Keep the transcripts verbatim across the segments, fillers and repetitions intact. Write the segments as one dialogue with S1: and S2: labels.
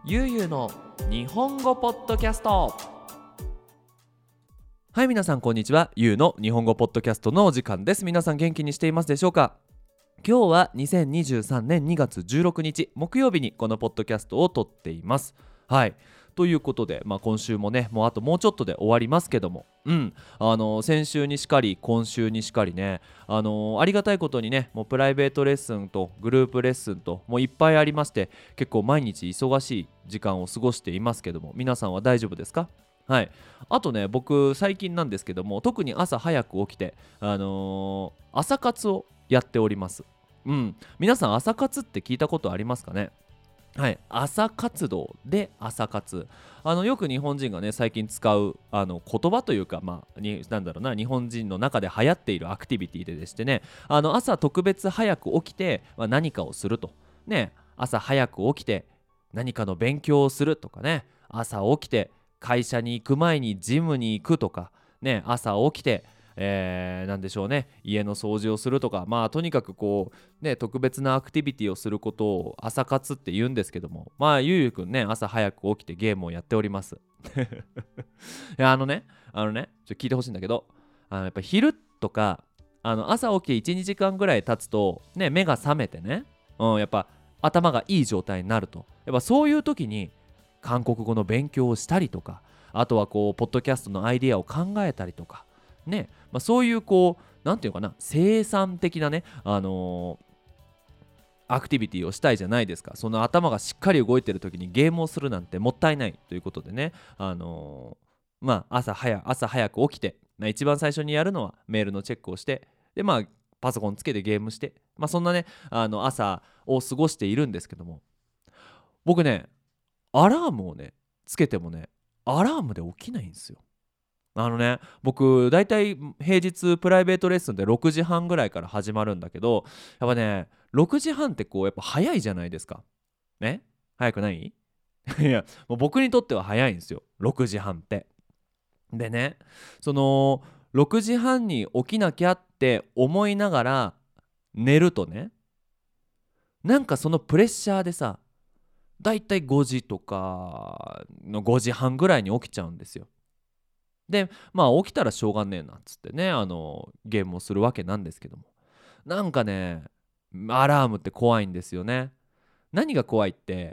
S1: ゆうゆうの日本語ポッドキャスト。はい、皆さんこんにちは。ゆうの日本語ポッドキャストのお時間です。皆さん元気にしていますでしょうか？今日はにせんにじゅうさんねんにがつじゅうろくにち木曜日にこのポッドキャストを撮っています。はい、ということで、まあ、今週もねもうあともうちょっとで終わりますけども、うんあの先週にしかり今週にしかりね、あのありがたいことにねもうプライベートレッスンとグループレッスンともういっぱいありまして、結構毎日忙しい時間を過ごしていますけども、皆さんは大丈夫ですか？はい、あとね僕最近なんですけども、特に朝早く起きて、あのー朝活をやっております。うん、皆さん朝活って聞いたことありますかね？はい、朝活動で朝活、あのよく日本人がね最近使うあの言葉というか、まあになんだろうな、日本人の中で流行っているアクティビティででしてね、あの朝特別早く起きて、まあ、何かをするとね、朝早く起きて何かの勉強をするとかね、朝起きて会社に行く前にジムに行くとかね、朝起きてえー、なんでしょうね、家の掃除をするとか、まあとにかくこうね特別なアクティビティをすることを朝活って言うんですけども、まあゆうゆうくんね朝早く起きてゲームをやっておりますいやあのねあのねちょっと聞いてほしいんだけど、あのやっぱ昼とかあの朝起きていち、にじかんぐらい経つとね目が覚めてね、うん、やっぱ頭がいい状態になると、やっぱそういう時に韓国語の勉強をしたりとか、あとはこうポッドキャストのアイディアを考えたりとかね、まあ、そういうこうなんていうかな、生産的なね、あのーアクティビティをしたいじゃないですか。その頭がしっかり動いてる時にゲームをするなんてもったいないということでね、あのーまあ朝早朝早く起きて、まあ、一番最初にやるのはメールのチェックをして、でまあパソコンつけてゲームして、まあそんなねあの朝を過ごしているんですけども、僕ねアラームをねつけてもねアラームで起きないんですよ。あのね僕だいたい平日プライベートレッスンでろくじはんぐらいから始まるんだけど、やっぱねろくじはんってこうやっぱ早いじゃないですかね。早くないいやもう僕にとっては早いんですよ、ろくじはんって。でね、そのろくじはんに起きなきゃって思いながら寝るとね、なんかそのプレッシャーでさ、だいたいごじとかのごじはんぐらいに起きちゃうんですよ。でまあ起きたらしょうがねえなっつってね、あのゲームをするわけなんですけども、なんかねアラームって怖いんですよね。何が怖いって、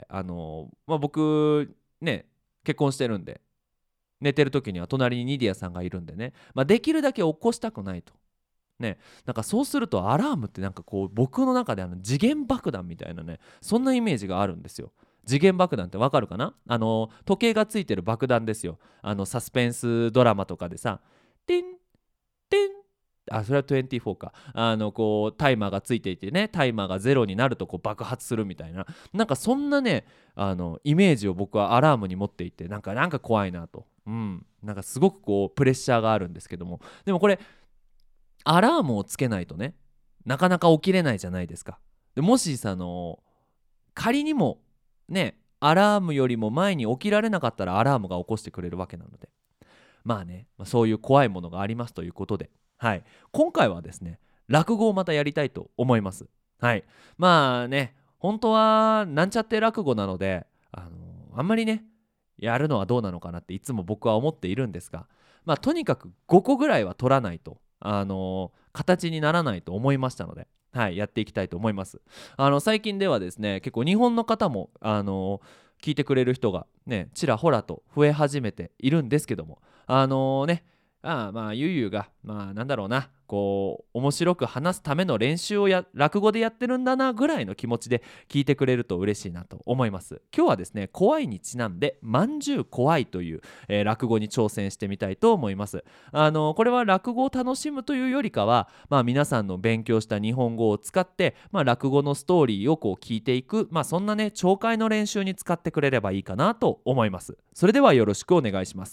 S1: あのまあ僕ね結婚してるんで、寝てる時には隣にニディアさんがいるんでね、まあ、できるだけ起こしたくないとね。なんかそうするとアラームってなんかこう僕の中であの時限爆弾みたいなね、そんなイメージがあるんですよ。時限爆弾ってわかるかな？あの時計がついてる爆弾ですよ。あのサスペンスドラマとかでさ、テンテン、あそれはにじゅうよんか、あのこうタイマーがついていてね、タイマーがゼロになるとこう爆発するみたいな、なんかそんなねあのイメージを僕はアラームに持っていて、なんかなんか怖いなと、うんなんかすごくこうプレッシャーがあるんですけども、でもこれアラームをつけないとねなかなか起きれないじゃないですか。でもしさ、あの仮にもねアラームよりも前に起きられなかったらアラームが起こしてくれるわけなので、まあね、まあ、そういう怖いものがありますということで、はい、今回はですね落語をまたやりたいと思います。はい、まあね本当はなんちゃって落語なので、あのあんまりねやるのはどうなのかなっていつも僕は思っているんですが、まあとにかくごこぐらいは取らないと、あの形にならないと思いましたので、はい、やっていきたいと思います。あの最近ではですね結構日本の方もあの聞いてくれる人がねちらほらと増え始めているんですけども、あのねああまあゆうゆうがまあなんだろうな、こう面白く話すための練習をや落語でやってるんだなぐらいの気持ちで聞いてくれると嬉しいなと思います。今日はですね怖いにちなんでまんじゅう怖いという、えー落語に挑戦してみたいと思います。あのこれは落語を楽しむというよりかは、まあ、皆さんの勉強した日本語を使って、まあ、落語のストーリーをこう聞いていく、まあ、そんなね聴解の練習に使ってくれればいいかなと思います。それではよろしくお願いします。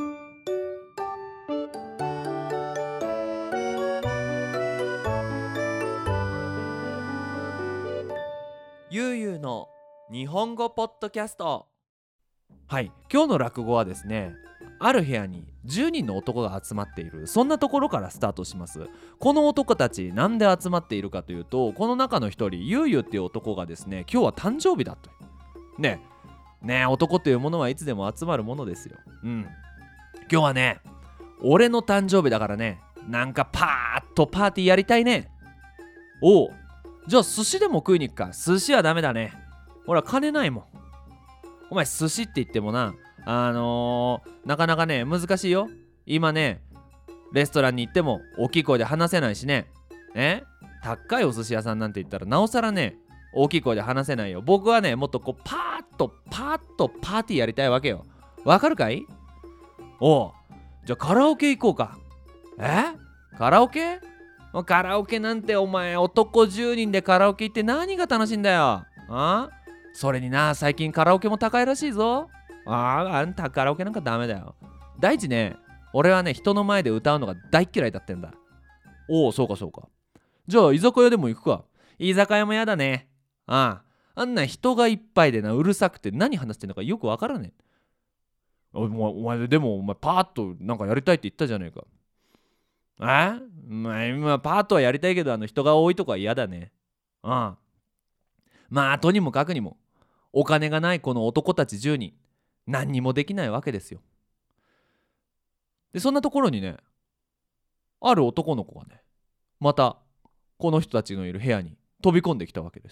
S1: ゆうゆうの日本語ポッドキャスト。はい、今日の落語はですね、ある部屋にじゅうにんの男が集まっている、そんなところからスタートします。この男たちなんで集まっているかというと、この中の一人ゆうゆうっていう男がですね今日は誕生日だとね。 ねえ、男というものはいつでも集まるものですよ。うん。今日はね、俺の誕生日だからね、なんかパーッとパーティーやりたいね。おう、じゃあ寿司でも食いに行くか。寿司はダメだね。ほら金ないもん。お前寿司って言ってもな、あのー、なかなかね難しいよ。今ねレストランに行っても大きい声で話せないしね。え高いお寿司屋さんなんて言ったらなおさらね大きい声で話せないよ。僕はねもっとこうパーッとパーッとパーティーやりたいわけよ。わかるかい？おう、じゃあカラオケ行こうか。えカラオケ？カラオケなんてお前男じゅうにんでカラオケ行って何が楽しいんだよ。あそれにな、最近カラオケも高いらしいぞ。ああ、あんたカラオケなんかダメだよ。第一ね、俺はね人の前で歌うのが大嫌いだってんだ。おお、そうかそうか。じゃあ居酒屋でも行くか。居酒屋もやだね。ああ、あんな人がいっぱいでな、うるさくて何話してんのかよくわからねえ。お前、お前でもお前パーッとなんかやりたいって言ったじゃねえか。あまあ今パーッとはやりたいけど、あの人が多いとこは嫌だね。ああ、まあとにもかくにもお金がないこの男たちじゅうにん、何にもできないわけですよ。でそんなところにね、ある男の子がねまたこの人たちのいる部屋に飛び込んできたわけです。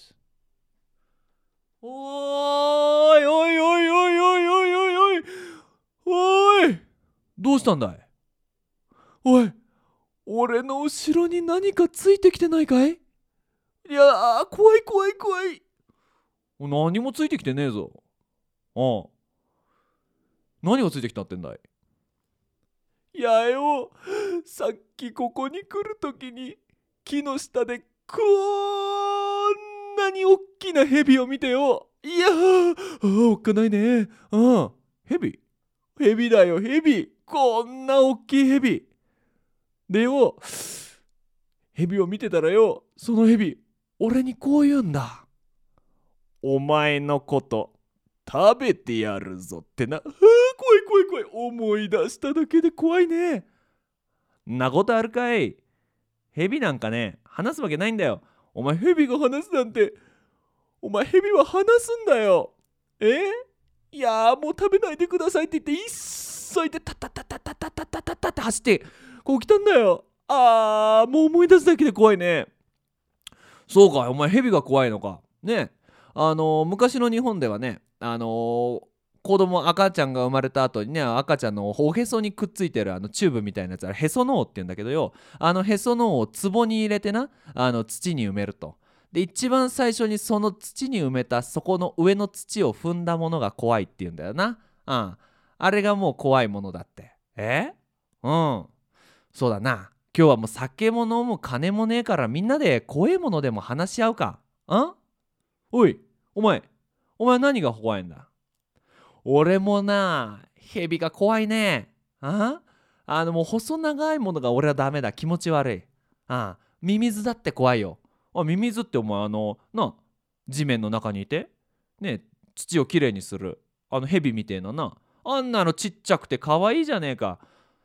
S1: おーいおいおいおいおいおいおいおいおい、どうしたんだい？おい、俺の後ろに何かついてきてないかい？いやー、怖い怖い怖い。何もついてきてねえぞ。ああ、何がついてきたってんだい？いやよ、さっきここに来るときに木の下でこんなにおっきなヘビを見てよ。いやー、おっかないね。ああ、ヘビヘビだよ、ヘビ。こんなおっきいヘビでよ、ヘビを見てたらよ、そのヘビ俺にこう言うんだ。お前のこと食べてやるぞってな。はあ、怖い怖い怖い。思い出しただけで怖いね。んなことあるかい。ヘビなんかね話すわけないんだよ。お前ヘビが話すなんて。お前ヘビは話すんだよ。えいやー、もう食べないでくださいって言って急いでタタタタタタタタタタって走ってこう来たんだよ。あー、もう思い出すだけで怖いね。そうか、お前ヘビが怖いのかね。あのー昔の日本ではね、あのー子供赤ちゃんが生まれた後にね、赤ちゃんのおへそにくっついてるあのチューブみたいなやつ、あれへその緒って言うんだけどよ、あのへその緒を壺に入れてな、あの土に埋めると。で一番最初にその土に埋めたそこの上の土を踏んだものが怖いって言うんだよな。うん、あれがもう怖いものだって。えうん、そうだな。今日はもう酒も飲む金もねえから、みんなで怖いものでも話し合うか。んおい、お前お前何が怖いんだ？俺もな、ヘビが怖いね。ああのもう細長いものが俺はダメだ。気持ち悪い。ああ、ミミズだって怖いよ。あ、ミミズってお前あのな、地面の中にいてね、土をきれいにするあのヘビみてえなな、あんなのちっちゃくて可愛いじゃねえか。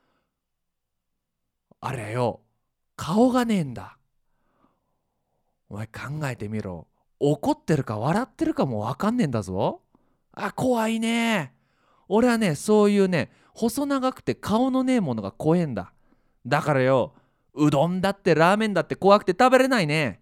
S1: あれよ、顔がねえんだ。お前考えてみろ。怒ってるか笑ってるかもわかんねえんだぞ。あ、怖いね。俺はね、そういうね、細長くて顔のねえものが怖えんだ。だからよ、うどんだってラーメンだって怖くて食べれないね。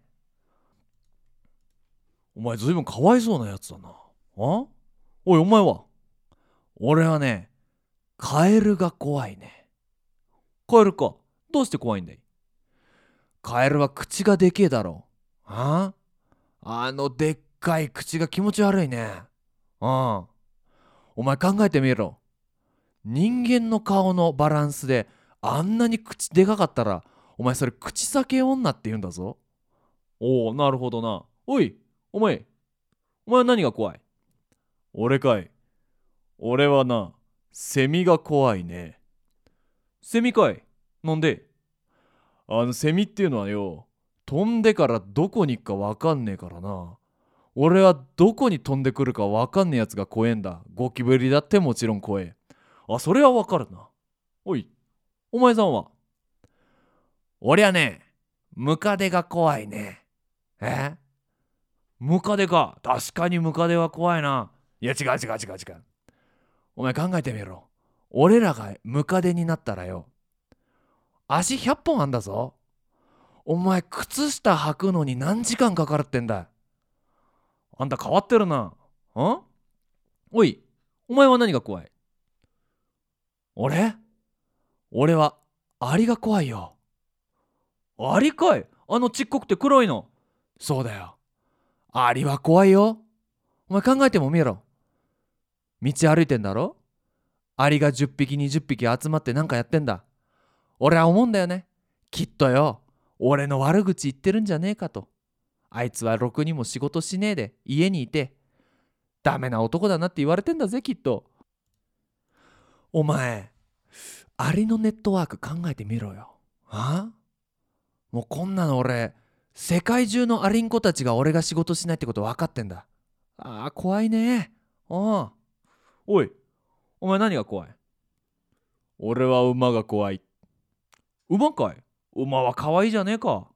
S1: お前ずいぶんかわいそうなやつだな。あおい、お前は？俺はね、カエルが怖いね。カエルか。どうして怖いんだい？カエルは口がでけえだろ。ああのでっかい口が気持ち悪いね。うん。お前考えてみろ。人間の顔のバランスであんなに口でかかったら、お前それ口裂け女って言うんだぞ。おお、なるほどな。おい、お前、お前は何が怖い？俺かい。俺はな、セミが怖いね。セミかい？なんで？あのセミっていうのはよ、飛んでからどこに行くかわかんねえからな。俺はどこに飛んでくるかわかんねえやつが怖えんだ。ゴキブリだってもちろん怖え。あ、それはわかるな。おい、お前さんは？俺はね、ムカデが怖いね。えムカデか。確かにムカデは怖いな。 いや違う違う違う違う。お前考えてみろ。俺らがムカデになったらよ、足ひゃっぽんあんだぞ。お前靴下履くのに何時間かかるってんだ。あんた変わってるな。んおい、お前は何が怖い？俺俺はアリが怖いよ。アリかい？あのちっこくて黒いの。そうだよ。アリは怖いよ。お前考えてもみろ。道歩いてんだろ？アリがじゅっぴきにじゅっぴき集まってなんかやってんだ。俺は思うんだよね。きっとよ、俺の悪口言ってるんじゃねえかと。あいつはろくにも仕事しねえで家にいてダメな男だなって言われてんだぜ、きっと。お前アリのネットワーク考えてみろよ。あ？もうこんなの俺、世界中のアリンコたちが俺が仕事しないってこと分かってんだ。ああ、怖いね。ああ。おい、お前何が怖い？俺は馬が怖い。馬かい？馬は可愛いじゃねえか。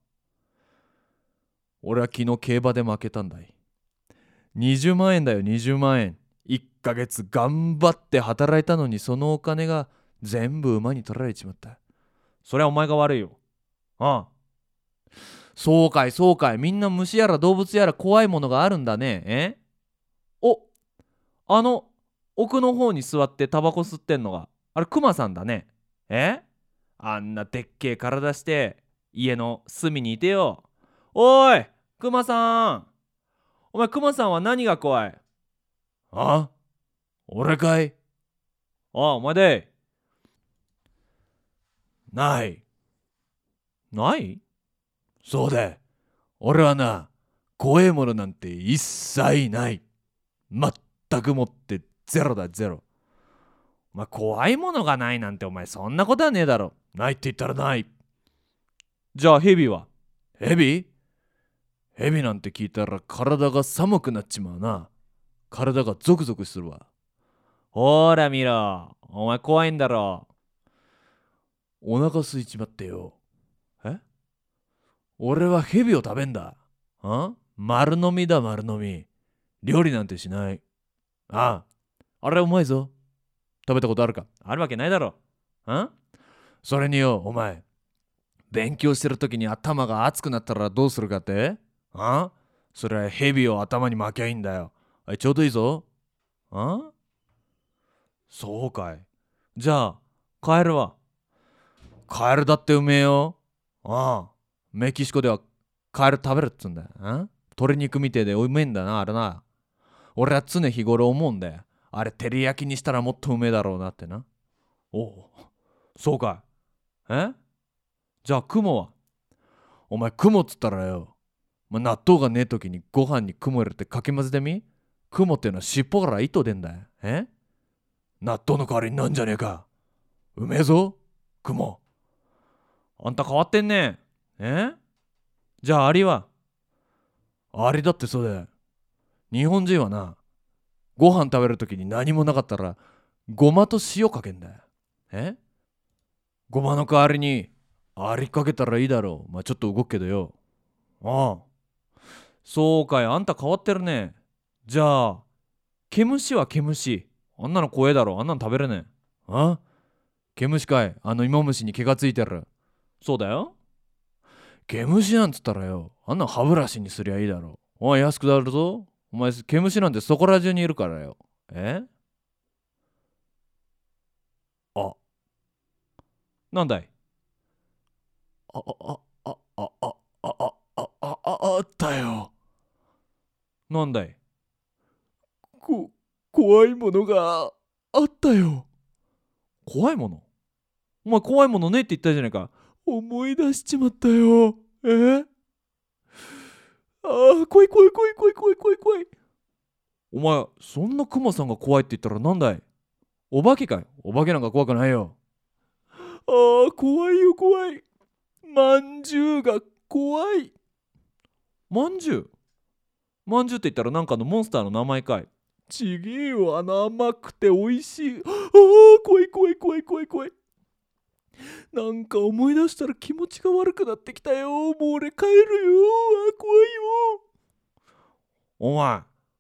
S1: 俺は昨日競馬で負けたんだい。にじゅうまんえんだよ、にじゅうまんえん。いっかげつ頑張って働いたのに、そのお金が全部馬に取られちまった。そりゃお前が悪いよ。ああ。そうかいそうかい。みんな虫やら動物やら怖いものがあるんだね。え？お、あの奥の方に座ってタバコ吸ってんのがあれクマさんだね。え？あんなでっけえ体して家の隅にいてよ。おいクマさん、お前クマさんは何が怖い？あ？俺かい？ああ、お前で。ないない。そうだ。俺はな、怖いものなんて一切ない。全くもってゼロだ、ゼロ。お前怖いものがないなんて、お前そんなことはねえだろ。ないって言ったらない。じゃあヘビは？ヘビ？ヘビなんて聞いたら体が寒くなっちまうな。体がゾクゾクするわ。ほーら見ろ、お前怖いんだろ。お腹空いちまってよ。え？俺はヘビを食べんだ。あ？丸飲みだ、丸飲み。料理なんてしない。ああ、あれうまいぞ。食べたことあるか？あるわけないだろ。ん？それによ、お前、勉強してる時に頭が熱くなったらどうするかって？あ？それはヘビを頭に巻きゃいいんだよ。あ、ちょうどいいぞ。あ？そうかい。じゃあ、カエルは？カエルだってうめえよ。ああ、メキシコではカエル食べるっつうんだよ。ん？鶏肉みてえでうめえんだな、あれな。俺は常日頃思うんだよ。あれ照り焼きにしたらもっとうめえだろうなってな。おお、そうかい。え？じゃあ雲は？お前雲っつったらよ、まあ、納豆がねえ時にご飯に雲入れてかき混ぜてみ。雲っていうのは尻尾から糸出んだよ。え？納豆の代わりになんじゃねえか。うめえぞ雲。あんた変わってんね。え？じゃあアリは？アリだってそうだよ。日本人はな、ご飯食べる時に何もなかったらごまと塩かけんだよ。え？ごまの代わりにアリかけたらいいだろう。まあちょっと動くけどよ。ああ、そうかい、あんた変わってるね。じゃあ毛虫は？毛虫、あんなの怖えだろ。あんなの食べれねえ。あ？毛虫かい？あの芋虫に毛がついてる。そうだよ。毛虫なんつったらよ、あんなの歯ブラシにすりゃいいだろう。お前安くなるぞ。お前毛虫なんてそこら中にいるからよ。え？あ、なんだい？あ、あ、あ、あ、あ、あ、あ、あ、あ、あ、あったよ。なんだい？こ、怖いものがあったよ。怖いもの？お前怖いものねって言ったじゃないか。思い出しちまったよ。え？ああ、怖い怖い怖い怖い怖い怖い怖い。お前、そんなクマさんが怖いって言ったらなんだい？お化けかい？お化けなんか怖くないよ。ああ、怖いよ怖い。まんじゅうが怖い。まんじゅう？まんじゅうって言ったらなんかのモンスターの名前かい？ちげえよ、あの甘くて美味しい。ああ、怖い怖い怖い怖い怖い。なんか思い出したら気持ちが悪くなってきたよ。もう俺帰るよ。あ、怖いよ。お前、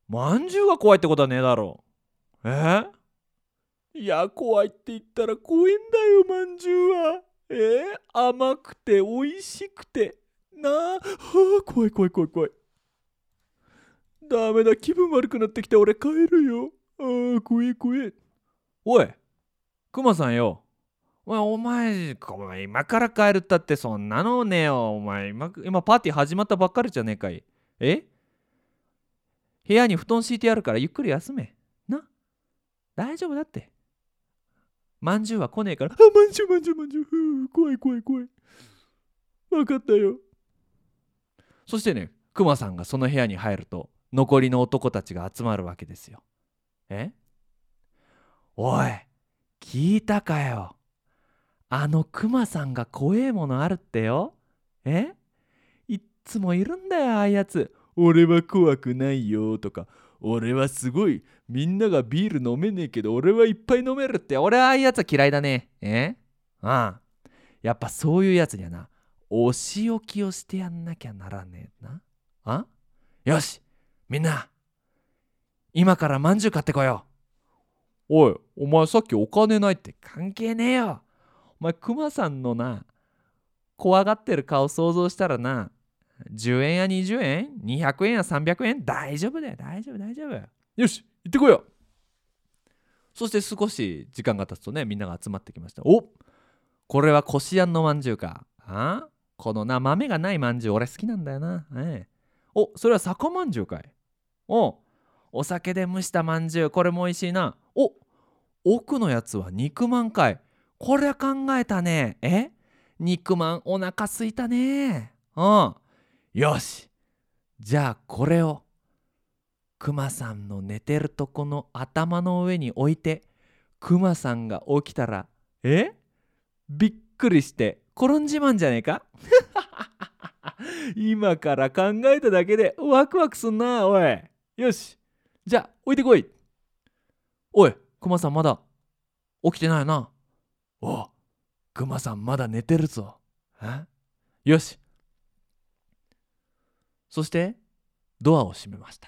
S1: まんじゅうが怖いってことはねえだろ。えいや、怖いって言ったら怖いんだよ、まんじゅうは。えー、甘くて美味しくてなあ。はあ、怖い怖い怖い怖い。ダメだ、気分悪くなってきて俺帰るよ。ああ、怖い怖い。おい、クマさんよ。お前、お前、お前今から帰るったってそんなのねえよ。お前今、今パーティー始まったばっかりじゃねえかい。え部屋に布団敷いてやるからゆっくり休め。な、大丈夫だって。まんじゅうは来ねえから。あ、まんじゅうまんじゅうまんじゅう。ふう、怖い怖い怖い。わかったよ。そしてね、クマさんがその部屋に入ると、残りの男たちが集まるわけですよ。えおい、聞いたかよ。あのクマさんが怖えものあるってよ。えいっつもいるんだよ、ああいうやつ。俺は怖くないよとか、俺はすごい、みんながビール飲めねえけど俺はいっぱい飲めるって。俺はああいうやつは嫌いだね。えああ、やっぱそういうやつにはな、お仕置きをしてやんなきゃならねえな。あよし、みんな今からまんじゅう買ってこよう。おい、お前さっきお金ないって。関係ねえよ。お前クマさんのな、怖がってる顔想像したらな、じゅうえんやにじゅうえん、にひゃくえんやさんびゃくえん、大丈夫だよ、大丈夫大丈夫。よし、行ってこいよ。そして少し時間が経つとね、みんなが集まってきました。お、これはこしあんのまんじゅうか。あこのな、豆がないまんじゅう俺好きなんだよな。ええ、お、それは酒まんじゅうかい。お、お酒で蒸したまんじゅう、これも美味しいな。お、奥のやつは肉まんかい。こりゃ考えたね。え肉まん、お腹すいたね。うん。よし。じゃあこれをクマさんの寝てるとこの頭の上に置いて、クマさんが起きたら、えびっくりして転んじまんじゃねえか。今から考えただけでワクワクすんな、おい。よし。じゃあ置いてこい。おい、クマさんまだ起きてないな。おう、クマさんまだ寝てるぞ。えよし。そしてドアを閉めました。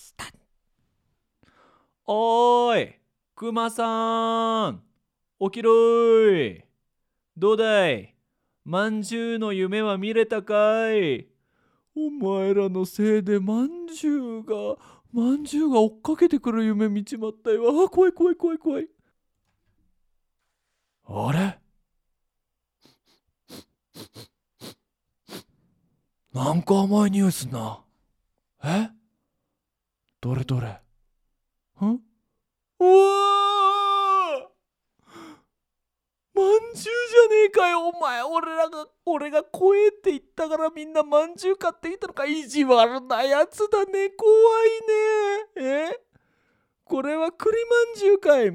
S1: おーい、クマさん、起きろーい。どうだい、まんじゅうの夢は見れたかい。お前らのせいでまんじゅうが、まんじゅうが追っかけてくる夢見ちまったよ。あ、怖い怖い怖い怖い。あれ、なんか甘い匂いすんな。えどれどれ。んうわ、まんじゅうじゃねえかよ。お前、俺らが俺が怖えって言ったからみんなまんじゅう買ってきたのか。意地悪なやつだね。怖いね。えこれは栗まんじゅうかい。うん、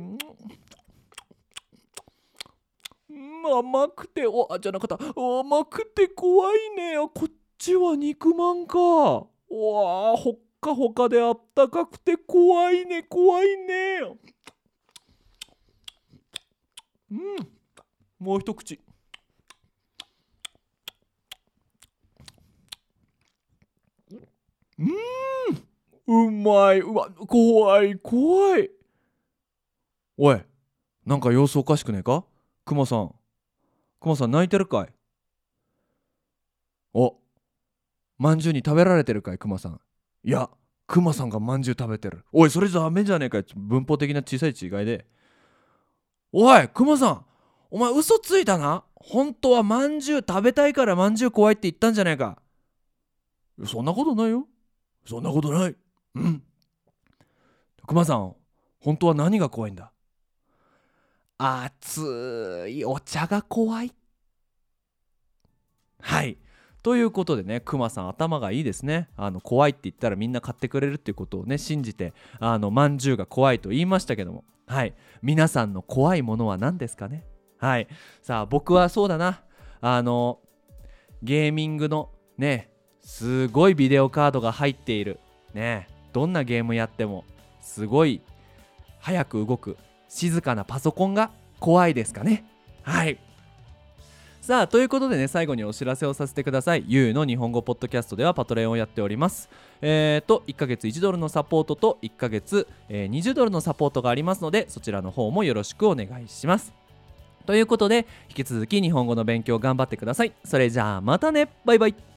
S1: 甘くて、おあじゃなかった、甘くて怖いね。こっちは肉まんか。わあ、ほっかほかであったかくて怖いね怖いね。うん、もう一口。うん、うまい。うわ、怖い怖い。おい、なんか様子おかしくねえか。クマさん、クマさん泣いてるかい。お、まんじゅうに食べられてるかい、クマさん。いや、クマさんがまんじゅう食べてる。おい、それじゃダメじゃねえかよ。文法的な小さい違いで。おい、クマさん、お前嘘ついたな。本当はまんじゅう食べたいからまんじゅう怖いって言ったんじゃねえか。そんなことないよ。そんなことない。うん。クマさん、本当は何が怖いんだ。熱いお茶が怖い。はい。ということでね、クマさん頭がいいですね。あの怖いって言ったらみんな買ってくれるっていうことをね信じて、あのまんじゅうが怖いと言いましたけども、はい。皆さんの怖いものは何ですかね。はい。さあ僕はそうだな。あのゲーミングのね、すごいビデオカードが入っているね、どんなゲームやってもすごい早く動く静かなパソコンが怖いですかね。はい。 さあということでね、最後にお知らせをさせてください。ゆうの日本語ポッドキャストではパトレオンをやっております。えーといっかげついちドルのサポートといっかげつ、えー、にじゅうドルのサポートがありますので、そちらの方もよろしくお願いします。ということで引き続き日本語の勉強頑張ってください。それじゃあまたね、バイバイ。